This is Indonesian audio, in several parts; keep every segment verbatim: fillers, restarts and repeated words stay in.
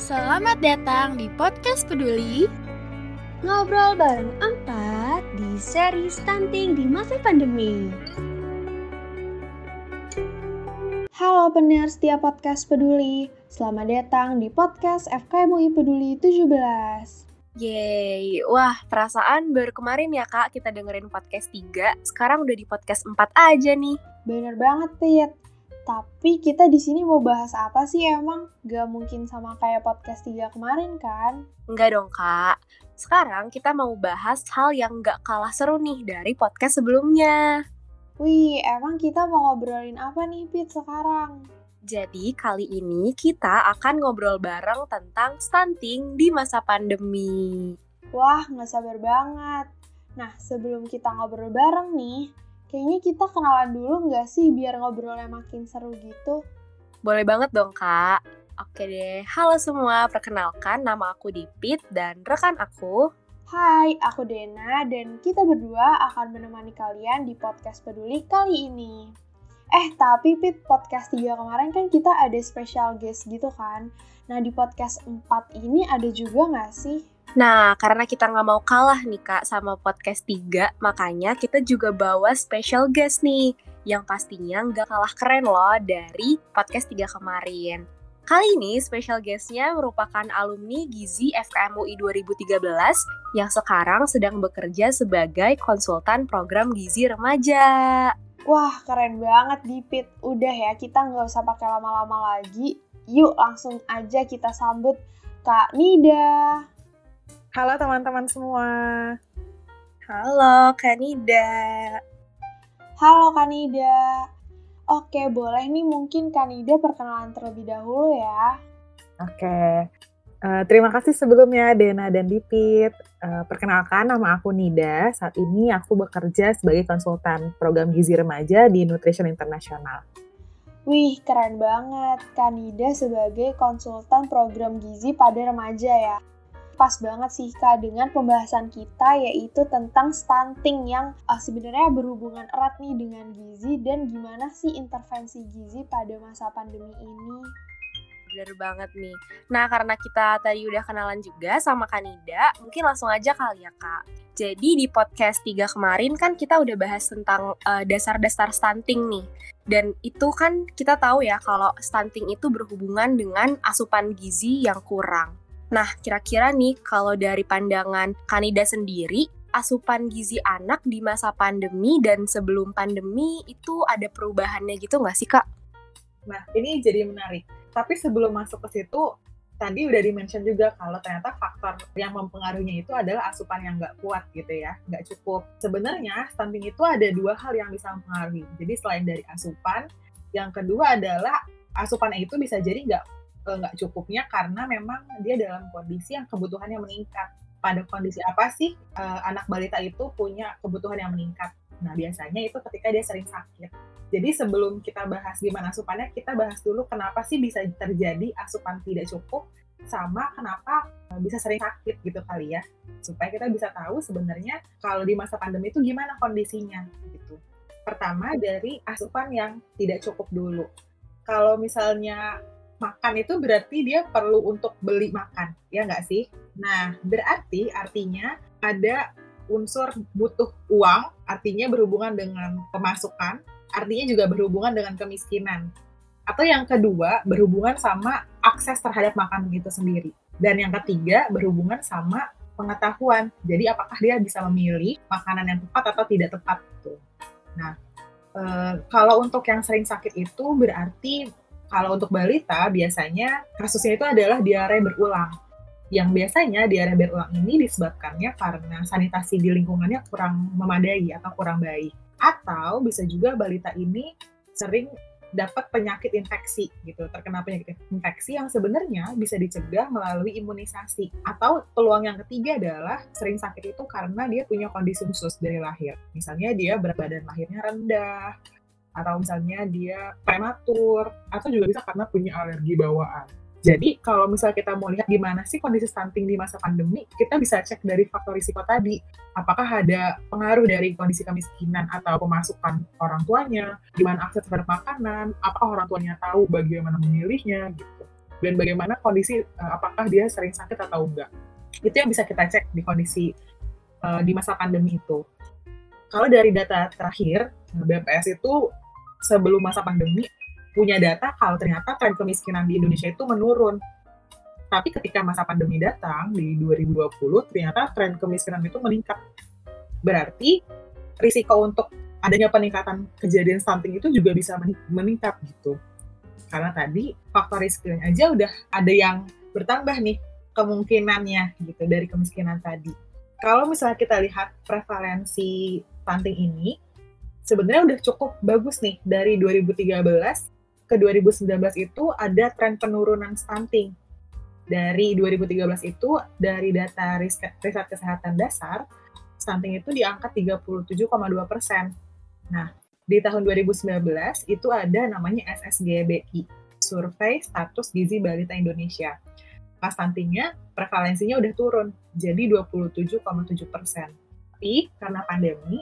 Selamat datang di Podcast Peduli. Ngobrol bareng empat di seri Stunting di Masa Pandemi. Halo pendengar setia Podcast Peduli. Selamat datang di podcast F K M U I Peduli tujuh belas. Yeay, wah perasaan baru kemarin ya kak kita dengerin podcast tiga, sekarang udah di podcast empat aja nih. Bener banget Pit. Tapi kita di sini mau bahas apa sih emang? Gak mungkin sama kayak podcast tiga kemarin kan? Enggak dong kak, sekarang kita mau bahas hal yang gak kalah seru nih dari podcast sebelumnya. Wih, emang kita mau ngobrolin apa nih Pit sekarang? Jadi kali ini kita akan ngobrol bareng tentang stunting di masa pandemi. Wah, gak sabar banget. Nah, sebelum kita ngobrol bareng nih, kayaknya kita kenalan dulu gak sih biar ngobrolnya makin seru gitu? Boleh banget dong kak. Oke deh, halo semua, perkenalkan nama aku Dipit dan rekan aku. Hai, aku Dena dan kita berdua akan menemani kalian di podcast Peduli kali ini. Eh, tapi Pit, podcast tiga kemarin kan kita ada special guest gitu kan? Nah, di podcast empat ini ada juga gak sih? Nah, karena kita nggak mau kalah nih Kak sama podcast tiga, makanya kita juga bawa special guest nih, yang pastinya nggak kalah keren loh dari podcast tiga kemarin. Kali ini special guest-nya merupakan alumni Gizi F K M U I dua ribu tiga belas yang sekarang sedang bekerja sebagai konsultan program Gizi Remaja. Wah, keren banget Dipit. Udah ya, kita nggak usah pakai lama-lama lagi. Yuk, langsung aja kita sambut Kak Nida. Halo teman-teman semua. Halo Kak Nida. Halo Kak Nida. Oke, boleh nih mungkin Kak Nida perkenalan terlebih dahulu ya. Oke, uh, terima kasih sebelumnya Dena dan Dipit. Uh, perkenalkan, nama aku Nida. Saat ini aku bekerja sebagai konsultan program Gizi Remaja di Nutrition International. Wih, keren banget. Kak Nida sebagai konsultan program gizi pada remaja ya. Pas banget sih Kak dengan pembahasan kita yaitu tentang stunting yang uh, sebenarnya berhubungan erat nih dengan gizi dan gimana sih intervensi gizi pada masa pandemi ini. Bener banget nih. Nah, karena kita tadi udah kenalan juga sama Kak Nida, mungkin langsung aja kali ya Kak. Jadi di podcast tiga kemarin kan kita udah bahas tentang uh, dasar-dasar stunting nih. Dan itu kan kita tahu ya kalau stunting itu berhubungan dengan asupan gizi yang kurang. Nah, kira-kira nih kalau dari pandangan Kak Nida sendiri, asupan gizi anak di masa pandemi dan sebelum pandemi itu ada perubahannya gitu nggak sih Kak? Nah, ini jadi menarik. Tapi sebelum masuk ke situ, tadi udah di-mention juga kalau ternyata faktor yang mempengaruhinya itu adalah asupan yang nggak kuat gitu ya, nggak cukup. Sebenarnya stunting itu ada dua hal yang bisa mempengaruhi. Jadi selain dari asupan, yang kedua adalah asupannya itu bisa jadi nggak nggak cukupnya karena memang dia dalam kondisi yang kebutuhannya meningkat. Pada kondisi apa sih uh, anak balita itu punya kebutuhan yang meningkat? Nah, biasanya itu ketika dia sering sakit. Jadi sebelum kita bahas gimana asupannya, kita bahas dulu kenapa sih bisa terjadi asupan tidak cukup sama kenapa bisa sering sakit gitu kali ya. Supaya kita bisa tahu sebenarnya kalau di masa pandemi itu gimana kondisinya gitu. Pertama dari asupan yang tidak cukup dulu. Kalau misalnya makan itu berarti dia perlu untuk beli makan, ya nggak sih? Nah, berarti artinya ada unsur butuh uang, artinya berhubungan dengan pemasukan, artinya juga berhubungan dengan kemiskinan. Atau yang kedua, berhubungan sama akses terhadap makanan itu sendiri. Dan yang ketiga, berhubungan sama pengetahuan. Jadi apakah dia bisa memilih makanan yang tepat atau tidak tepat. Tuh. Nah, e, kalau untuk yang sering sakit itu berarti kalau untuk balita, biasanya kasusnya itu adalah diare berulang. Yang biasanya diare berulang ini disebabkannya karena sanitasi di lingkungannya kurang memadai atau kurang baik. Atau bisa juga balita ini sering dapat penyakit infeksi, gitu, terkena penyakit infeksi yang sebenarnya bisa dicegah melalui imunisasi. Atau peluang yang ketiga adalah sering sakit itu karena dia punya kondisi khusus dari lahir. Misalnya dia berat badan lahirnya rendah, atau misalnya dia prematur, atau juga bisa karena punya alergi bawaan. Jadi kalau misalnya kita mau lihat gimana sih kondisi stunting di masa pandemi, kita bisa cek dari faktor risiko tadi. Apakah ada pengaruh dari kondisi kemiskinan atau pemasukan orang tuanya, gimana akses terhadap makanan, apakah orang tuanya tahu bagaimana memilihnya, gitu. dan bagaimana kondisi uh, apakah dia sering sakit atau enggak. Itu yang bisa kita cek di kondisi uh, di masa pandemi itu. Kalau dari data terakhir, B P S itu sebelum masa pandemi punya data kalau ternyata tren kemiskinan di Indonesia itu menurun. Tapi ketika masa pandemi datang di dua ribu dua puluh, ternyata tren kemiskinan itu meningkat. Berarti risiko untuk adanya peningkatan kejadian stunting itu juga bisa meningkat gitu. Karena tadi faktor risikonya aja udah ada yang bertambah nih kemungkinannya gitu dari kemiskinan tadi. Kalau misalnya kita lihat prevalensi stunting ini, sebenarnya udah cukup bagus nih. Dari dua ribu tiga belas ke dua ribu sembilan belas itu ada tren penurunan stunting. Dari dua ribu tiga belas itu, dari data riset, riset kesehatan dasar, stunting itu di angka tiga puluh tujuh koma dua persen. Nah, di tahun dua ribu sembilan belas itu ada namanya S S G B I, Survei Status Gizi Balita Indonesia. Pas stuntingnya, prevalensinya udah turun, jadi dua puluh tujuh koma tujuh persen. Tapi karena pandemi,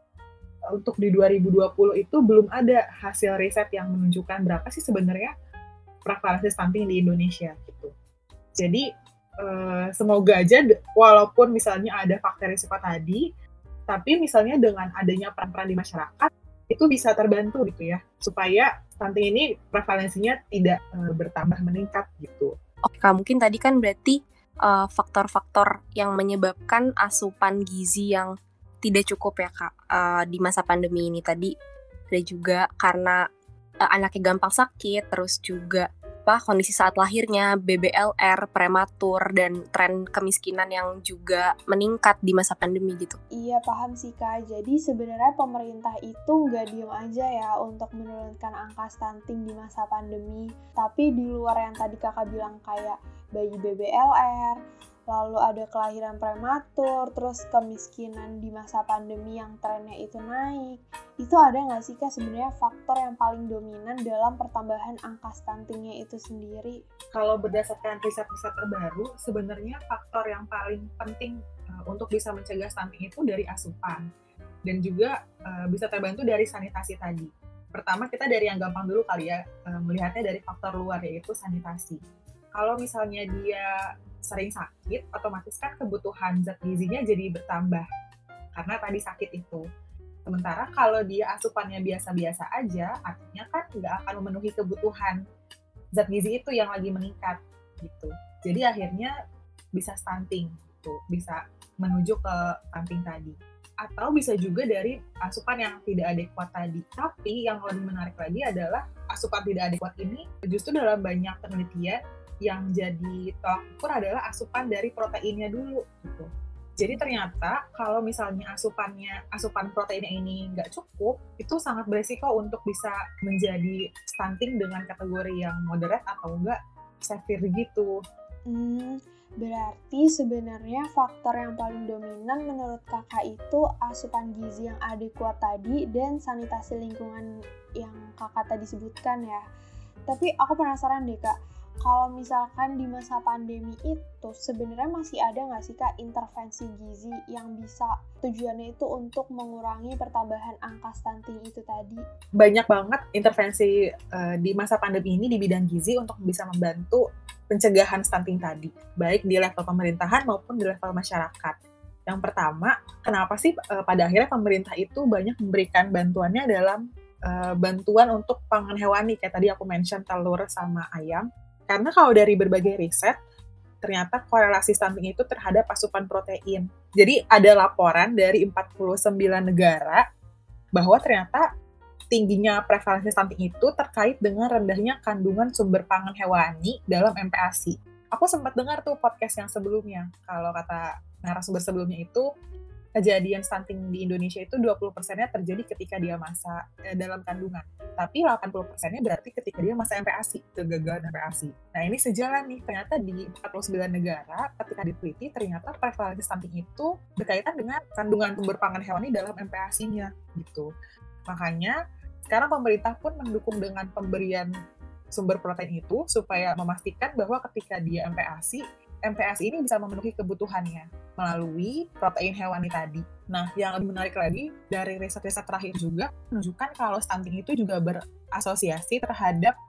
untuk di dua ribu dua puluh itu belum ada hasil riset yang menunjukkan berapa sih sebenarnya prevalensi stunting di Indonesia gitu. Jadi eh, semoga aja walaupun misalnya ada faktor risiko tadi, tapi misalnya dengan adanya peran-peran di masyarakat itu bisa terbantu gitu ya, supaya stunting ini prevalensinya tidak eh, bertambah meningkat gitu. Oke Kak, mungkin tadi kan berarti uh, faktor-faktor yang menyebabkan asupan gizi yang tidak cukup ya Kak, uh, di masa pandemi ini tadi. Ada juga karena uh, anaknya gampang sakit, terus juga apa kondisi saat lahirnya, B B L R, prematur, dan tren kemiskinan yang juga meningkat di masa pandemi gitu. Iya, paham sih Kak. Jadi sebenarnya pemerintah itu nggak diem aja ya untuk menurunkan angka stunting di masa pandemi. Tapi di luar yang tadi Kakak bilang kayak bayi B B L R, lalu ada kelahiran prematur, terus kemiskinan di masa pandemi yang trennya itu naik. Itu ada nggak sih Kak sebenarnya faktor yang paling dominan dalam pertambahan angka stuntingnya itu sendiri? Kalau berdasarkan riset-riset terbaru, sebenarnya faktor yang paling penting uh, untuk bisa mencegah stunting itu dari asupan. Dan juga uh, bisa terbantu dari sanitasi tadi. Pertama kita dari yang gampang dulu kali ya, uh, melihatnya dari faktor luar yaitu sanitasi. Kalau misalnya dia sering sakit, otomatis kan kebutuhan zat gizinya jadi bertambah karena tadi sakit itu. Sementara kalau dia asupannya biasa-biasa aja, artinya kan nggak akan memenuhi kebutuhan zat gizi itu yang lagi meningkat gitu. Jadi akhirnya bisa stunting gitu, bisa menuju ke stunting tadi. Atau bisa juga dari asupan yang tidak adekuat tadi. Tapi yang lebih menarik lagi adalah asupan tidak adekuat ini justru dalam banyak penelitian yang jadi tolak ukur adalah asupan dari proteinnya dulu gitu. Jadi ternyata kalau misalnya asupannya asupan proteinnya ini nggak cukup, itu sangat beresiko untuk bisa menjadi stunting dengan kategori yang moderate atau enggak severe gitu. Hmm, berarti sebenarnya faktor yang paling dominan menurut Kakak itu asupan gizi yang adekuat tadi dan sanitasi lingkungan yang Kakak tadi sebutkan ya. Tapi aku penasaran deh Kak, kalau misalkan di masa pandemi itu sebenarnya masih ada nggak sih Kak intervensi gizi yang bisa tujuannya itu untuk mengurangi pertambahan angka stunting itu tadi? Banyak banget intervensi uh, di masa pandemi ini di bidang gizi untuk bisa membantu pencegahan stunting tadi, baik di level pemerintahan maupun di level masyarakat. Yang pertama, kenapa sih uh, pada akhirnya pemerintah itu banyak memberikan bantuannya dalam uh, bantuan untuk pangan hewani, kayak tadi aku mention telur sama ayam. Karena kalau dari berbagai riset, ternyata korelasi stunting itu terhadap asupan protein. Jadi ada laporan dari empat puluh sembilan negara bahwa ternyata tingginya prevalensi stunting itu terkait dengan rendahnya kandungan sumber pangan hewani dalam M P A S I. Aku sempat dengar tuh podcast yang sebelumnya. Kalau kata narasumber sebelumnya itu, kejadian stunting di Indonesia itu dua puluh persennya terjadi ketika dia masa eh, dalam kandungan. Tapi delapan puluh persennya berarti ketika dia masa M P A S I, kegagalan M P A S I. Nah ini sejalan nih, ternyata di empat puluh sembilan negara ketika diteliti, ternyata prevalensi stunting itu berkaitan dengan kandungan sumber pangan hewani dalam M P A S I-nya gitu. Makanya sekarang pemerintah pun mendukung dengan pemberian sumber protein itu supaya memastikan bahwa ketika dia M P A S I, M P A S I ini bisa memenuhi kebutuhannya melalui protein hewani tadi. Nah, yang lebih menarik lagi, dari riset-riset terakhir juga menunjukkan kalau stunting itu juga berasosiasi terhadap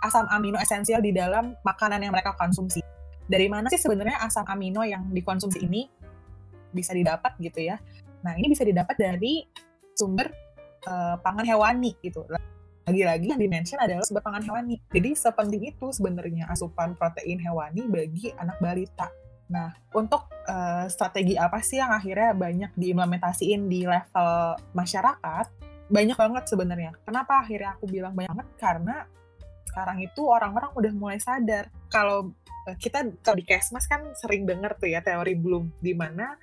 asam amino esensial di dalam makanan yang mereka konsumsi. Dari mana sih sebenarnya asam amino yang dikonsumsi ini bisa didapat gitu ya? Nah, ini bisa didapat dari sumber uh, pangan hewani gitu. Lagi-lagi yang di-mention adalah sumber pangan hewani. Jadi sepenting itu sebenarnya asupan protein hewani bagi anak balita. Nah, untuk uh, strategi apa sih yang akhirnya banyak diimplementasiin di level masyarakat? Banyak banget sebenarnya. Kenapa akhirnya aku bilang banyak banget? Karena sekarang itu orang-orang udah mulai sadar. Kalau uh, kita kalau di Kesmas kan sering dengar tuh ya teori Bloom, di mana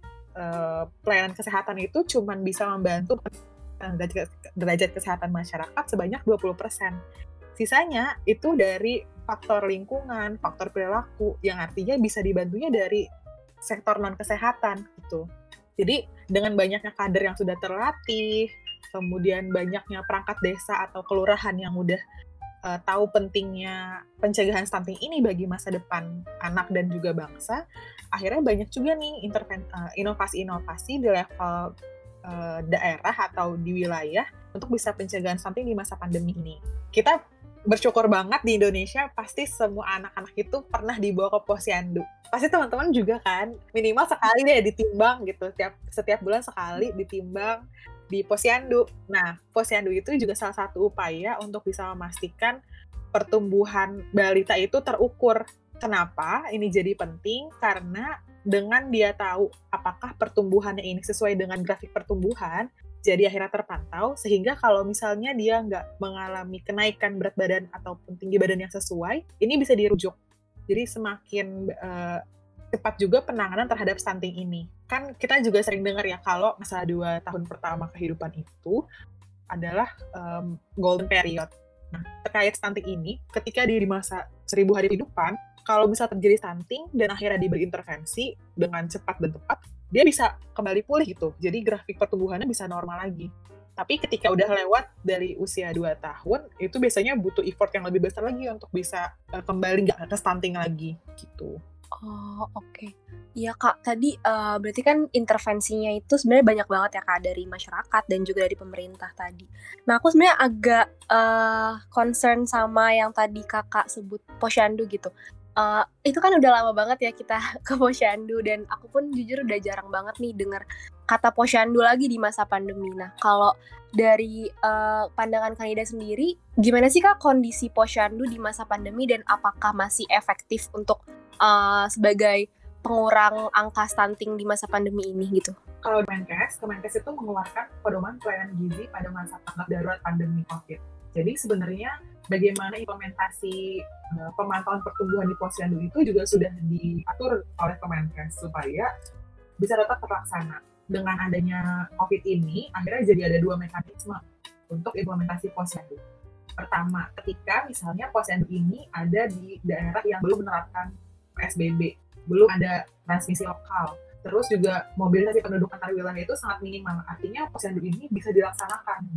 uh, pelayanan kesehatan itu cuma bisa membantu derajat, derajat kesehatan masyarakat sebanyak dua puluh persen. Sisanya itu dari faktor lingkungan, faktor perilaku, yang artinya bisa dibantunya dari sektor non-kesehatan gitu. Jadi dengan banyaknya kader yang sudah terlatih, kemudian banyaknya perangkat desa atau kelurahan yang udah uh, tahu pentingnya pencegahan stunting ini bagi masa depan anak dan juga bangsa, akhirnya banyak juga nih interven- uh, inovasi-inovasi di level uh, daerah atau di wilayah untuk bisa pencegahan stunting di masa pandemi ini. Kita bersyukur banget di Indonesia, pasti semua anak-anak itu pernah dibawa ke posyandu. Pasti teman-teman juga kan, minimal sekali deh ditimbang gitu, setiap, setiap bulan sekali ditimbang di posyandu. Nah, posyandu itu juga salah satu upaya untuk bisa memastikan pertumbuhan balita itu terukur. Kenapa ini jadi penting? Karena dengan dia tahu apakah pertumbuhannya ini sesuai dengan grafik pertumbuhan, jadi akhirnya terpantau, sehingga kalau misalnya dia nggak mengalami kenaikan berat badan ataupun tinggi badan yang sesuai, ini bisa dirujuk. Jadi semakin uh, cepat juga penanganan terhadap stunting ini. Kan kita juga sering dengar ya, kalau masa dua tahun pertama kehidupan itu adalah um, golden period. Nah, terkait stunting ini, ketika di masa seribu hari kehidupan, kalau bisa terjadi stunting dan akhirnya diberi intervensi dengan cepat dan tepat, dia bisa kembali pulih gitu. Jadi grafik pertumbuhannya bisa normal lagi. Tapi ketika udah lewat dari usia dua tahun, itu biasanya butuh effort yang lebih besar lagi untuk bisa uh, kembali nggak ke stunting lagi gitu. Oh, oke. Okay. Iya, Kak. Tadi uh, berarti kan intervensinya itu sebenarnya banyak banget ya, Kak, dari masyarakat dan juga dari pemerintah tadi. Nah, aku sebenarnya agak uh, concern sama yang tadi Kakak sebut posyandu gitu. Uh, itu kan udah lama banget ya kita ke posyandu, dan aku pun jujur udah jarang banget nih dengar kata posyandu lagi di masa pandemi. Nah, kalau dari uh, pandangan Kanida sendiri, gimana sih Kak kondisi posyandu di masa pandemi, dan apakah masih efektif untuk uh, sebagai pengurang angka stunting di masa pandemi ini gitu? Kalau Kemenkes, Kemenkes itu mengeluarkan pedoman pelayanan gizi pada masa tanggap darurat pandemi COVID. Jadi sebenarnya bagaimana implementasi uh, pemantauan pertumbuhan di posyandu itu juga sudah diatur oleh Kemenkes supaya bisa tetap terlaksana. Dengan adanya COVID ini, akhirnya jadi ada dua mekanisme untuk implementasi posyandu. Pertama, ketika misalnya posyandu ini ada di daerah yang belum menerapkan P S B B, belum ada transmisi lokal, terus juga mobilisasi penduduk antar wilayah itu sangat minimal, artinya posyandu ini bisa dilaksanakan.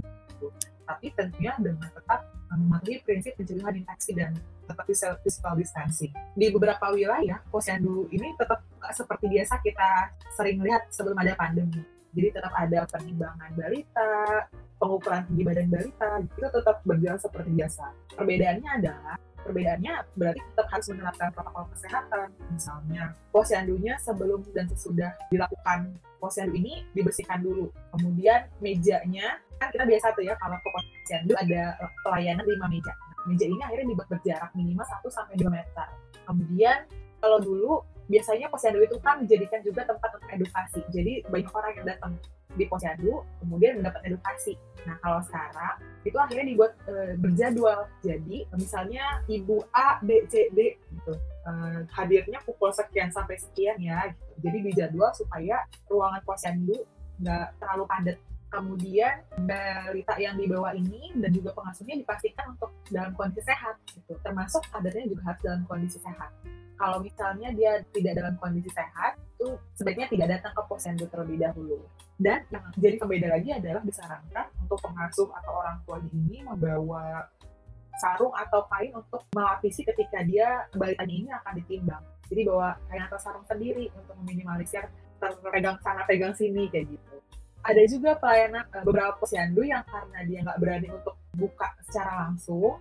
Tapi tentunya dengan tetap mematuhi prinsip pencegahan infeksi dan tetap physical distancing. Di beberapa wilayah, posyandu ini tetap seperti biasa kita sering lihat sebelum ada pandemi. Jadi tetap ada penimbangan balita, pengukuran tinggi badan balita, itu tetap berjalan seperti biasa. Perbedaannya adalah, perbedaannya berarti tetap harus menerapkan protokol kesehatan. Misalnya, posyandunya sebelum dan sesudah dilakukan posyandu ini dibersihkan dulu. Kemudian mejanya, kan kita biasa tuh ya kalau ke posyandu ada pelayanan lima meja. Meja ini akhirnya dibuat berjarak minimal satu sampai dua meter. Kemudian kalau dulu biasanya posyandu itu kan dijadikan juga tempat untuk edukasi. Jadi banyak orang yang datang di posyandu kemudian mendapat edukasi. Nah, kalau sekarang itu akhirnya dibuat e, berjadwal. Jadi misalnya ibu A, B, C, D gitu. E, hadirnya pukul sekian sampai sekian ya gitu. Jadi dijadwal supaya ruangan posyandu nggak terlalu padat. Kemudian balita yang dibawa ini dan juga pengasuhnya dipastikan untuk dalam kondisi sehat gitu. Termasuk kadernya juga harus dalam kondisi sehat. Kalau misalnya dia tidak dalam kondisi sehat, itu sebaiknya tidak datang ke posyandu terlebih dahulu. Dan yang jadi pembeda lagi adalah disarankan untuk pengasuh atau orang tua ini membawa sarung atau kain untuk melapisi ketika dia balitanya ini akan ditimbang. Jadi bawa kain atau sarung sendiri untuk meminimalisir terpegang sana pegang sini kayak gitu. Ada juga pelayanan beberapa posyandu yang karena dia nggak berani untuk buka secara langsung,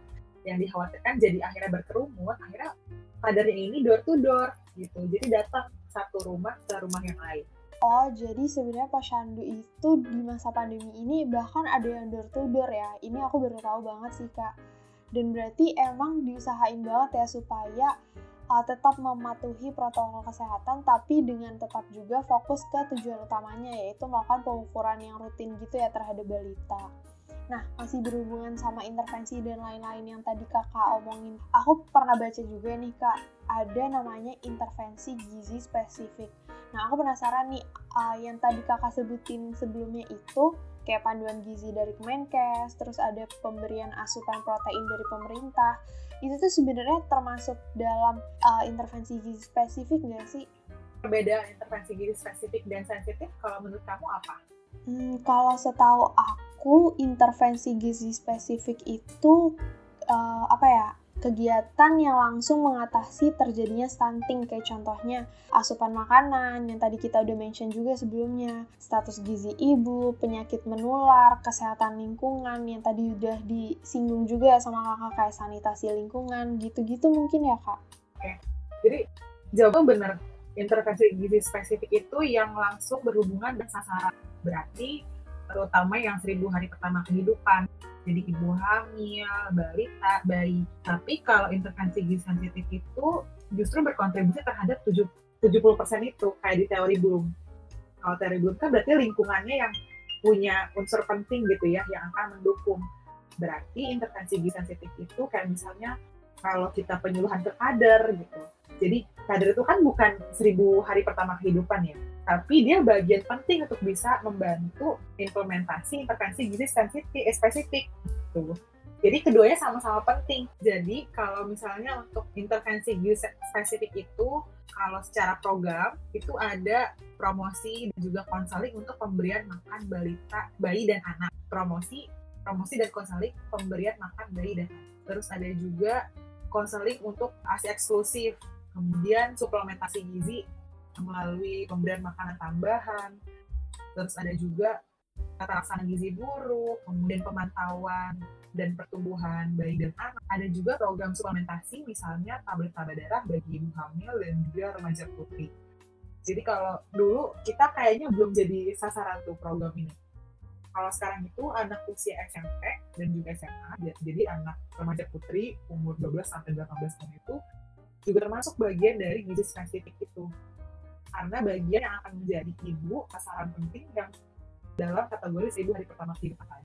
yang dikhawatirkan jadi akhirnya berkerumun, akhirnya kadernya ini door to door gitu. Jadi datang satu rumah ke rumah yang lain. Oh, jadi sebenarnya posyandu itu di masa pandemi ini bahkan ada yang door to door ya. Ini aku baru tahu banget sih, Kak. Dan berarti emang diusahain banget ya supaya uh, tetap mematuhi protokol kesehatan, tapi dengan tetap juga fokus ke tujuan utamanya, yaitu melakukan pengukuran yang rutin gitu ya terhadap balita. Nah, masih berhubungan sama intervensi dan lain-lain yang tadi kakak omongin. Aku pernah baca juga nih, Kak, ada namanya intervensi gizi spesifik. Nah, aku penasaran nih, uh, yang tadi kakak sebutin sebelumnya itu, kayak panduan gizi dari Kemenkes, terus ada pemberian asupan protein dari pemerintah, itu tuh sebenarnya termasuk dalam uh, intervensi gizi spesifik nggak sih? Perbedaan intervensi gizi spesifik dan sensitif, kalau menurut kamu apa? Hmm, kalau setahu aku, intervensi gizi spesifik itu uh, apa ya? Kegiatan yang langsung mengatasi terjadinya stunting, kayak contohnya asupan makanan yang tadi kita udah mention juga sebelumnya, status gizi ibu, penyakit menular, kesehatan lingkungan yang tadi udah disinggung juga sama kakak, kayak sanitasi lingkungan, gitu-gitu mungkin ya, Kak? Oke, jadi jawaban benar. Intervensi gizi spesifik itu yang langsung berhubungan dengan sasaran, berarti terutama yang seribu hari pertama kehidupan. Jadi ibu hamil, balita, bayi. Tapi kalau intervensi gizi sensitif itu justru berkontribusi terhadap tujuh puluh persen itu, kayak di teori Bloom. Kalau teori Bloom kan berarti lingkungannya yang punya unsur penting gitu ya, yang akan mendukung. Berarti intervensi gizi sensitif itu kayak misalnya kalau kita penyuluhan ke kader gitu. Jadi kader itu kan bukan seribu hari pertama kehidupan ya, tapi dia bagian penting untuk bisa membantu implementasi intervensi gizi sensitif, eh, spesifik. Gitu. Jadi keduanya sama-sama penting. Jadi kalau misalnya untuk intervensi gizi spesifik itu, kalau secara program itu ada promosi dan juga konseling untuk pemberian makan balita, bayi dan anak. Promosi, promosi dan konseling pemberian makan bayi dan anak. Terus ada juga konseling untuk A S I eksklusif. Kemudian suplementasi gizi melalui pemberian makanan tambahan, terus ada juga tata laksana gizi buruk, kemudian pemantauan dan pertumbuhan bayi dan anak. Ada juga program suplementasi, misalnya tablet-tablet darah bagi ibu hamil dan juga remaja putri. Jadi kalau dulu kita kayaknya belum jadi sasaran tuh program ini. Kalau sekarang itu anak usia S M P dan juga S M A, jadi anak remaja putri umur dua belas sampai delapan belas tahun itu juga termasuk bagian dari gizi spesifik itu. Karena bagian yang akan menjadi ibu sasaran penting yang dalam kategori seribu hari pertama kehidupan.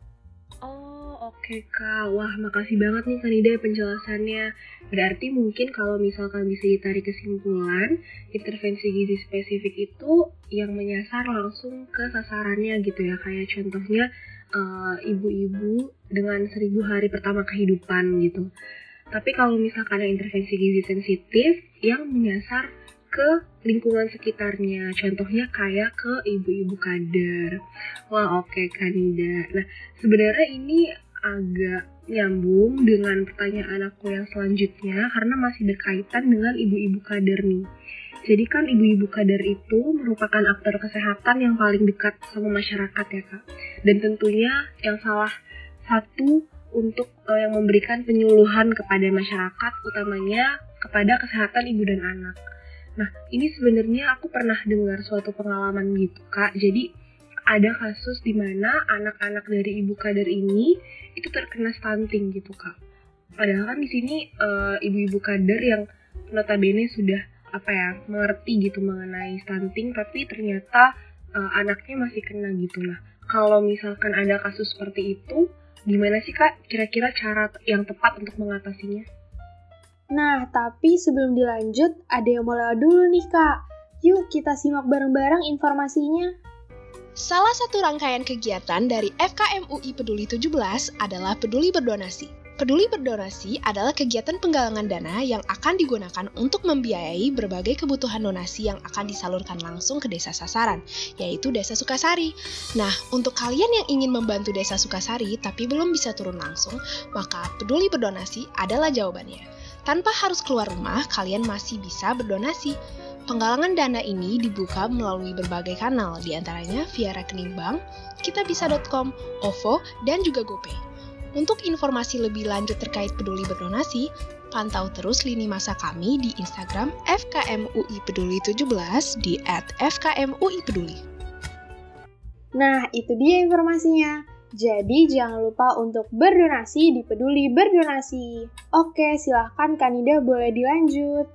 Oh, oke okay, Kak. Wah, makasih banget nih Kak Nida penjelasannya. Berarti mungkin kalau misalkan bisa ditarik kesimpulan, intervensi gizi spesifik itu yang menyasar langsung ke sasarannya gitu ya. Kayak contohnya uh, ibu-ibu dengan seribu hari pertama kehidupan gitu. Tapi kalau misalkan ada intervensi gizi sensitif yang menyasar ke lingkungan sekitarnya, contohnya kayak ke ibu-ibu kader. Wah, oke okay, Kak Nida. Nah, sebenarnya ini agak nyambung dengan pertanyaan aku yang selanjutnya karena masih berkaitan dengan ibu-ibu kader nih. Jadi kan ibu-ibu kader itu merupakan aktor kesehatan yang paling dekat sama masyarakat ya Kak. Dan tentunya yang salah satu untuk uh, yang memberikan penyuluhan kepada masyarakat, utamanya kepada kesehatan ibu dan anak. Nah, ini sebenarnya aku pernah dengar suatu pengalaman gitu, Kak. Jadi, ada kasus di mana anak-anak dari ibu kader ini itu terkena stunting gitu, Kak. Padahal kan di sini uh, ibu-ibu kader yang notabene sudah apa ya, mengerti gitu mengenai stunting, tapi ternyata uh, anaknya masih kena gitu. Nah, kalau misalkan ada kasus seperti itu, gimana sih Kak kira-kira cara yang tepat untuk mengatasinya? Nah, tapi sebelum dilanjut, ada yang mau lewat dulu nih Kak. Yuk kita simak bareng-bareng informasinya. Salah satu rangkaian kegiatan dari F K M U I Peduli tujuh belas adalah Peduli Berdonasi. Peduli Berdonasi adalah kegiatan penggalangan dana yang akan digunakan untuk membiayai berbagai kebutuhan donasi yang akan disalurkan langsung ke desa sasaran, yaitu Desa Sukasari. Nah, untuk kalian yang ingin membantu Desa Sukasari tapi belum bisa turun langsung, maka Peduli Berdonasi adalah jawabannya. Tanpa harus keluar rumah, kalian masih bisa berdonasi. Penggalangan dana ini dibuka melalui berbagai kanal, diantaranya via rekening bank, kitabisa dot com, O V O, dan juga GoPay. Untuk informasi lebih lanjut terkait peduli berdonasi, pantau terus lini masa kami di Instagram F K M U I Peduli tujuh belas di et F K M U I Peduli. Nah, itu dia informasinya. Jadi jangan lupa untuk berdonasi di Peduli Berdonasi. Oke, silahkan Kanida boleh dilanjut.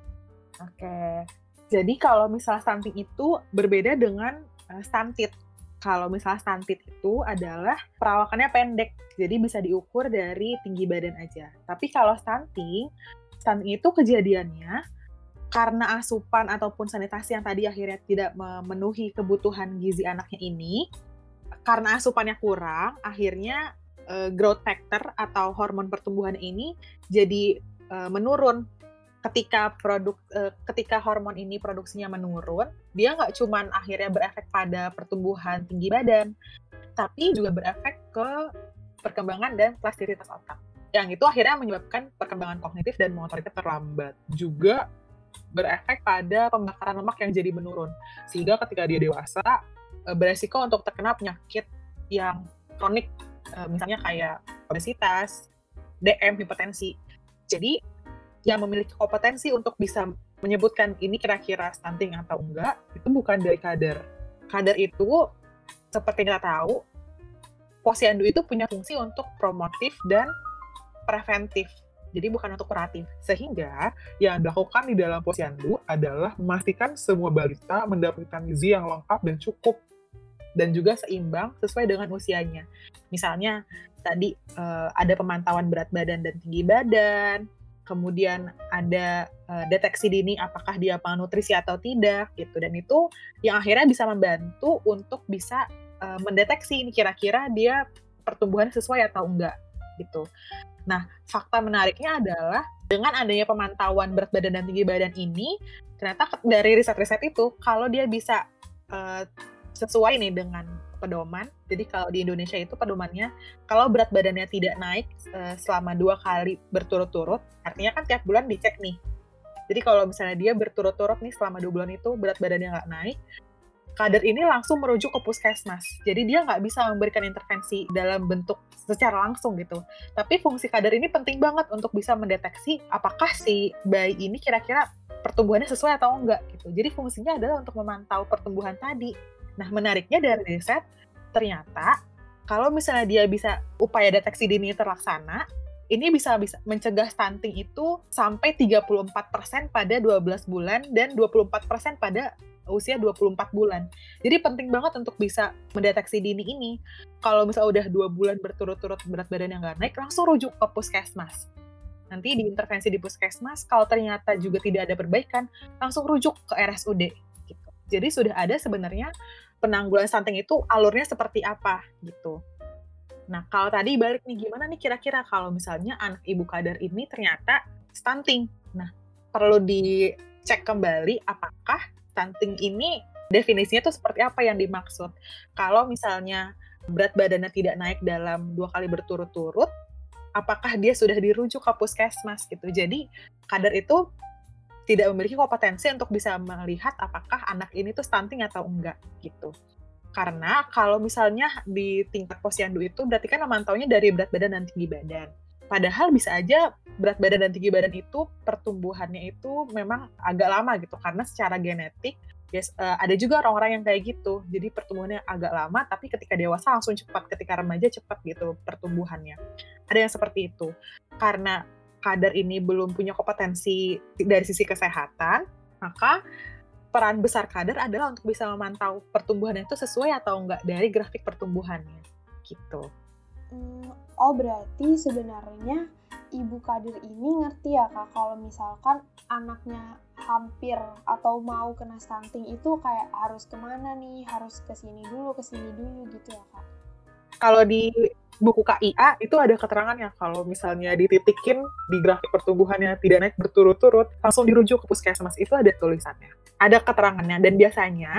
Oke, jadi kalau misalnya stunting itu berbeda dengan uh, stunted. Kalau misalnya stunted itu adalah perawakannya pendek, jadi bisa diukur dari tinggi badan aja. Tapi kalau stunting, stunting itu kejadiannya karena asupan ataupun sanitasi yang tadi akhirnya tidak memenuhi kebutuhan gizi anaknya ini, karena asupannya kurang, akhirnya uh, growth factor atau hormon pertumbuhan ini jadi uh, menurun. Ketika produk, uh, ketika hormon ini produksinya menurun, dia nggak cuman akhirnya berefek pada pertumbuhan tinggi badan, tapi juga berefek ke perkembangan dan plastisitas otak. Yang itu akhirnya menyebabkan perkembangan kognitif dan motoriknya terlambat. Juga berefek pada pembakaran lemak yang jadi menurun. Sehingga ketika dia dewasa, uh, beresiko untuk terkena penyakit yang kronik, uh, misalnya kayak obesitas, D M, hipertensi. Jadi, yang memiliki kompetensi untuk bisa menyebutkan ini kira-kira stunting atau enggak, itu bukan dari kader. Kader itu, seperti kita tahu, posyandu itu punya fungsi untuk promotif dan preventif. Jadi bukan untuk kuratif. Sehingga yang dilakukan di dalam posyandu adalah memastikan semua balita mendapatkan gizi yang lengkap dan cukup, dan juga seimbang sesuai dengan usianya. Misalnya, tadi uh, ada pemantauan berat badan dan tinggi badan, kemudian ada uh, deteksi dini apakah dia malnutrisi atau tidak gitu, dan itu yang akhirnya bisa membantu untuk bisa uh, mendeteksi ini kira-kira dia pertumbuhan sesuai atau enggak gitu. Nah, fakta menariknya adalah dengan adanya pemantauan berat badan dan tinggi badan ini, ternyata dari riset-riset itu kalau dia bisa uh, sesuai nih dengan pedoman. Jadi kalau di Indonesia itu pedomannya, kalau berat badannya tidak naik uh, selama dua kali berturut-turut, artinya kan tiap bulan dicek nih. Jadi kalau misalnya dia berturut-turut nih selama dua bulan itu berat badannya nggak naik, kader ini langsung merujuk ke puskesmas. Jadi dia nggak bisa memberikan intervensi dalam bentuk secara langsung gitu. Tapi fungsi kader ini penting banget untuk bisa mendeteksi apakah si bayi ini kira-kira pertumbuhannya sesuai atau enggak gitu. Jadi fungsinya adalah untuk memantau pertumbuhan tadi. Nah, menariknya dari riset, ternyata kalau misalnya dia bisa upaya deteksi dini terlaksana, ini bisa bisa mencegah stunting itu sampai tiga puluh empat persen pada dua belas bulan dan dua puluh empat persen pada usia dua puluh empat bulan. Jadi penting banget untuk bisa mendeteksi dini ini. Kalau misalnya udah dua bulan berturut-turut berat badannya nggak naik, langsung rujuk ke puskesmas. Nanti diintervensi di puskesmas, kalau ternyata juga tidak ada perbaikan, langsung rujuk ke R S U D. Gitu. Jadi sudah ada sebenarnya penanggulangan stunting itu alurnya seperti apa gitu. Nah, kalau tadi balik nih, gimana nih kira-kira kalau misalnya anak ibu kader ini ternyata stunting? Nah, perlu dicek kembali apakah stunting ini definisinya tuh seperti apa yang dimaksud. Kalau misalnya berat badannya tidak naik dalam dua kali berturut-turut, apakah dia sudah dirujuk ke puskesmas gitu. Jadi, kader itu tidak memiliki kompetensi untuk bisa melihat apakah anak ini tuh stunting atau enggak gitu. Karena kalau misalnya di tingkat posyandu itu berarti kan memantaunya dari berat badan dan tinggi badan. Padahal bisa aja berat badan dan tinggi badan itu pertumbuhannya itu memang agak lama gitu, karena secara genetik yes, uh, ada juga orang-orang yang kayak gitu. Jadi pertumbuhannya agak lama, tapi ketika dewasa langsung cepat, ketika remaja cepat gitu pertumbuhannya. Ada yang seperti itu. Karena kader ini belum punya kompetensi dari sisi kesehatan, maka peran besar kader adalah untuk bisa memantau pertumbuhannya itu sesuai atau enggak dari grafik pertumbuhannya, gitu. Hmm, oh berarti sebenarnya ibu kader ini ngerti ya Kak, kalau misalkan anaknya hampir atau mau kena stunting itu kayak harus kemana nih, harus kesini dulu, kesini dulu gitu ya Kak? Kalau di buku K I A itu ada keterangannya kalau misalnya dititikin di grafik pertumbuhannya tidak naik berturut-turut, langsung dirujuk ke puskesmas, itu ada tulisannya. Ada keterangannya, dan biasanya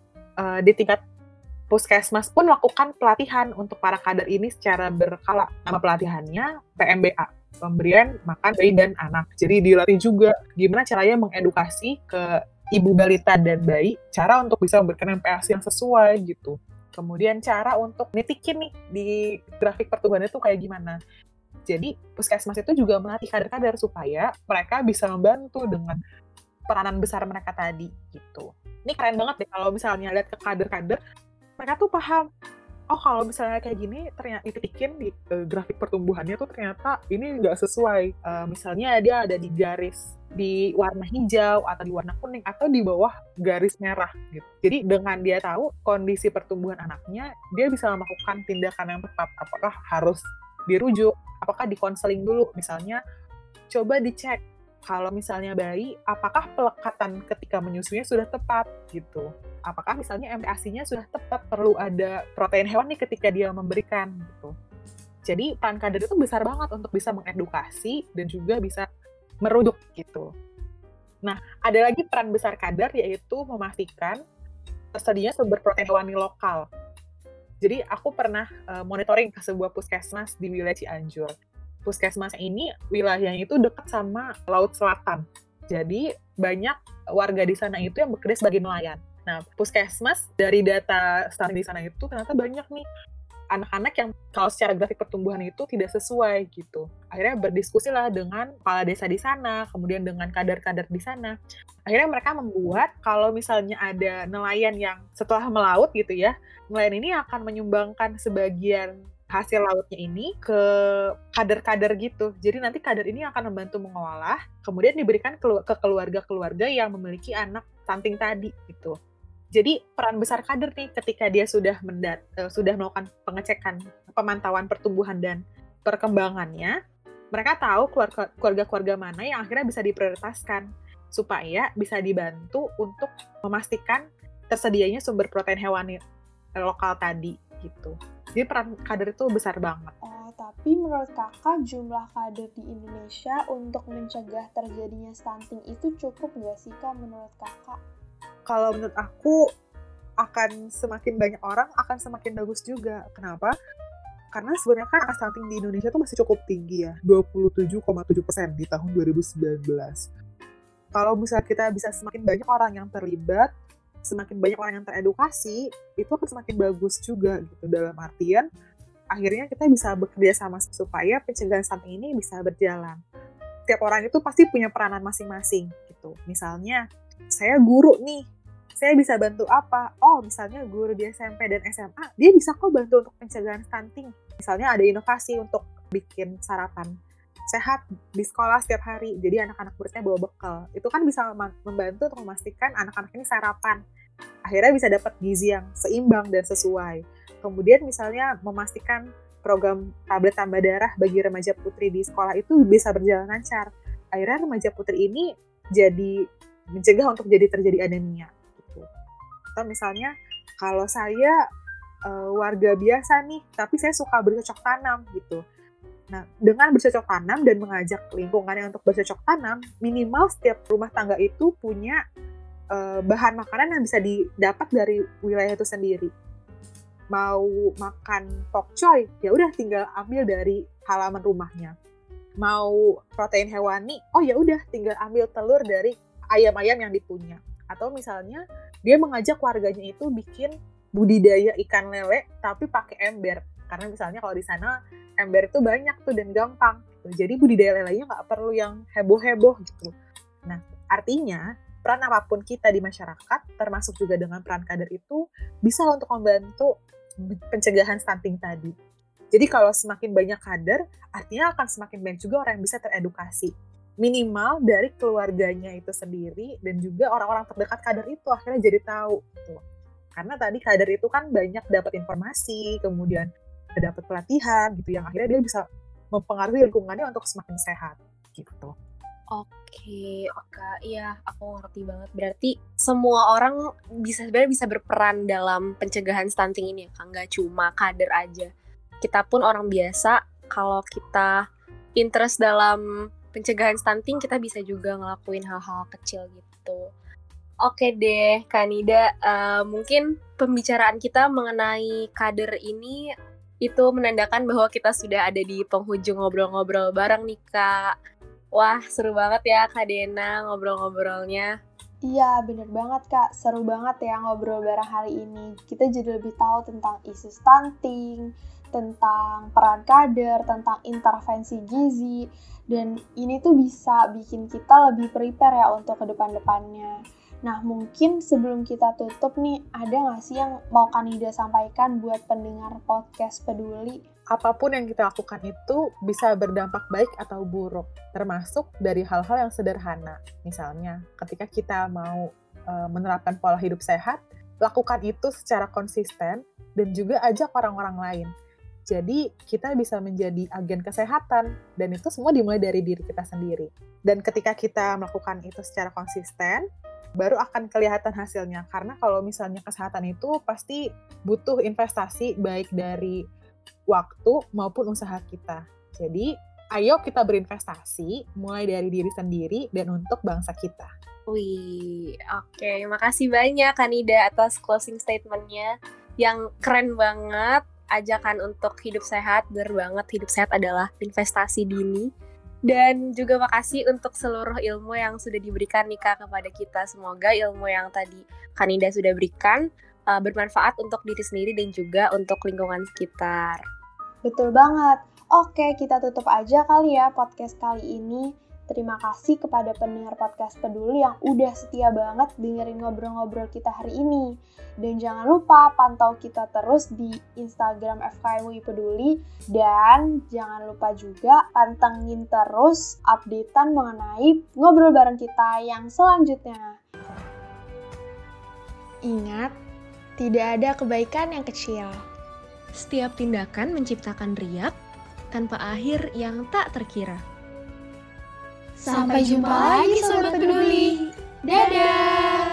uh, di tingkat puskesmas pun melakukan pelatihan untuk para kader ini secara berkala. Nama pelatihannya P M B A, pemberian makan bayi dan anak. Jadi dilatih juga gimana caranya mengedukasi ke ibu balita dan bayi, cara untuk bisa memberikan M P A S I yang sesuai gitu. Kemudian cara untuk nitikin nih di grafik pertumbuhan itu kayak gimana. Jadi puskesmas itu juga melatih kader-kader supaya mereka bisa membantu dengan peranan besar mereka tadi gitu. Ini keren banget deh kalau misalnya lihat ke kader-kader, mereka tuh paham, oh kalau misalnya kayak gini ternyata ditikin di uh, grafik pertumbuhannya tuh ternyata ini nggak sesuai. Uh, misalnya dia ada di garis di warna hijau atau di warna kuning atau di bawah garis merah gitu. Jadi dengan dia tahu kondisi pertumbuhan anaknya, dia bisa melakukan tindakan yang tepat. Apakah harus dirujuk, apakah dikonseling dulu, misalnya coba dicek kalau misalnya bayi, apakah pelekatan ketika menyusunya sudah tepat gitu. Apakah misalnya M P A S I-nya sudah tepat, perlu ada protein hewan nih ketika dia memberikan gitu. Jadi peran kader itu besar banget untuk bisa mengedukasi dan juga bisa merujuk gitu. Nah, ada lagi peran besar kader yaitu memastikan tersedianya sumber protein hewani lokal. Jadi aku pernah uh, monitoring ke sebuah puskesmas di wilayah Cianjur. Puskesmas ini wilayahnya itu dekat sama Laut Selatan. Jadi banyak warga di sana itu yang bekerja sebagai nelayan. Nah, puskesmas dari data stunting di sana itu ternyata banyak nih anak-anak yang kalau secara grafik pertumbuhan itu tidak sesuai gitu. Akhirnya berdiskusi lah dengan kepala desa di sana, kemudian dengan kader-kader di sana. Akhirnya mereka membuat kalau misalnya ada nelayan yang setelah melaut gitu ya, nelayan ini akan menyumbangkan sebagian hasil lautnya ini ke kader-kader gitu. Jadi nanti kader ini akan membantu mengolah, kemudian diberikan ke keluarga-keluarga yang memiliki anak stunting tadi gitu. Jadi peran besar kader nih ketika dia sudah mendat, uh, sudah melakukan pengecekan, pemantauan pertumbuhan dan perkembangannya, mereka tahu keluarga, keluarga-keluarga mana yang akhirnya bisa diprioritaskan supaya bisa dibantu untuk memastikan tersedianya sumber protein hewani lokal tadi gitu. Jadi peran kader itu besar banget. Oh, tapi menurut kakak jumlah kader di Indonesia untuk mencegah terjadinya stunting itu cukup nggak sih kak menurut kakak? Kalau menurut aku akan semakin banyak orang akan semakin bagus juga. Kenapa? Karena sebenarnya kan angka stunting di Indonesia tuh masih cukup tinggi ya, dua puluh tujuh koma tujuh persen di tahun dua ribu sembilan belas. Kalau misalnya kita bisa semakin banyak orang yang terlibat, semakin banyak orang yang teredukasi, itu akan semakin bagus juga gitu. Dalam artian, akhirnya kita bisa bekerja sama supaya pencegahan stunting ini bisa berjalan. Setiap orang itu pasti punya peranan masing-masing gitu. Misalnya, saya guru nih, saya bisa bantu apa? Oh, misalnya guru di S M P dan S M A, dia bisa kok bantu untuk pencegahan stunting. Misalnya ada inovasi untuk bikin sarapan sehat di sekolah setiap hari, jadi anak-anak muridnya bawa bekal. Itu kan bisa membantu untuk memastikan anak-anak ini sarapan. Akhirnya bisa dapat gizi yang seimbang dan sesuai. Kemudian misalnya memastikan program tablet tambah darah bagi remaja putri di sekolah itu bisa berjalan lancar. Akhirnya remaja putri ini jadi mencegah untuk jadi terjadi anemia. Gitu. Atau misalnya kalau saya e, warga biasa nih, tapi saya suka bercocok tanam gitu. Nah, dengan bercocok tanam dan mengajak lingkungannya untuk bercocok tanam, minimal setiap rumah tangga itu punya e, bahan makanan yang bisa didapat dari wilayah itu sendiri. Mau makan pokcoy, ya udah tinggal ambil dari halaman rumahnya. Mau protein hewani, oh ya udah tinggal ambil telur dari ayam-ayam yang dipunya. Atau misalnya dia mengajak warganya itu bikin budidaya ikan lele tapi pakai ember. Karena misalnya kalau di sana ember itu banyak tuh dan gampang. Jadi budidaya lelenya nggak perlu yang heboh-heboh gitu. Nah, artinya peran apapun kita di masyarakat, termasuk juga dengan peran kader itu, bisa untuk membantu pencegahan stunting tadi. Jadi kalau semakin banyak kader, artinya akan semakin banyak juga orang yang bisa teredukasi. Minimal dari keluarganya itu sendiri dan juga orang-orang terdekat kader itu akhirnya jadi tahu gitu. Karena tadi kader itu kan banyak dapat informasi, kemudian dapat pelatihan gitu yang akhirnya dia bisa mempengaruhi lingkungannya untuk semakin sehat gitu. Oke, oke, iya aku ngerti banget. Berarti semua orang bisa sebenarnya bisa berperan dalam pencegahan stunting ini ya, Kak. Nggak cuma kader aja. Kita pun orang biasa, kalau kita interest dalam pencegahan stunting, kita bisa juga ngelakuin hal-hal kecil gitu. Oke deh, Kak Nida, uh, mungkin pembicaraan kita mengenai kader ini itu menandakan bahwa kita sudah ada di penghujung ngobrol-ngobrol bareng nih, Kak. Wah, seru banget ya Kak Dena ngobrol-ngobrolnya. Iya, bener banget Kak. Seru banget ya ngobrol bareng hari ini. Kita jadi lebih tahu tentang isu stunting, tentang peran kader, tentang intervensi gizi, dan ini tuh bisa bikin kita lebih prepare ya untuk ke depan-depannya. Nah, mungkin sebelum kita tutup nih, ada nggak sih yang mau Kanida sampaikan buat pendengar podcast Peduli? Apapun yang kita lakukan itu bisa berdampak baik atau buruk, termasuk dari hal-hal yang sederhana. Misalnya, ketika kita mau e, menerapkan pola hidup sehat, lakukan itu secara konsisten dan juga ajak orang-orang lain. Jadi, kita bisa menjadi agen kesehatan, dan itu semua dimulai dari diri kita sendiri. Dan ketika kita melakukan itu secara konsisten, baru akan kelihatan hasilnya. Karena kalau misalnya kesehatan itu pasti butuh investasi, baik dari waktu maupun usaha kita. Jadi, ayo kita berinvestasi, mulai dari diri sendiri dan untuk bangsa kita. Wih, oke. Okay. Makasih banyak, Kanida, atas closing statement-nya yang keren banget. Ajakan untuk hidup sehat, bener banget, hidup sehat adalah investasi dini. Dan juga makasih untuk seluruh ilmu yang sudah diberikan nih Kak kepada kita. Semoga ilmu yang tadi Kanida sudah berikan uh, bermanfaat untuk diri sendiri dan juga untuk lingkungan sekitar. Betul banget. Oke, kita tutup aja kali ya podcast kali ini. Terima kasih kepada pendengar podcast Peduli yang udah setia banget dengerin ngobrol-ngobrol kita hari ini. Dan jangan lupa pantau kita terus di Instagram F K M U I Peduli. Dan jangan lupa juga pantengin terus updatean mengenai ngobrol bareng kita yang selanjutnya. Ingat, tidak ada kebaikan yang kecil. Setiap tindakan menciptakan riak tanpa akhir yang tak terkira. Sampai jumpa lagi Sobat Peduli. Dadah!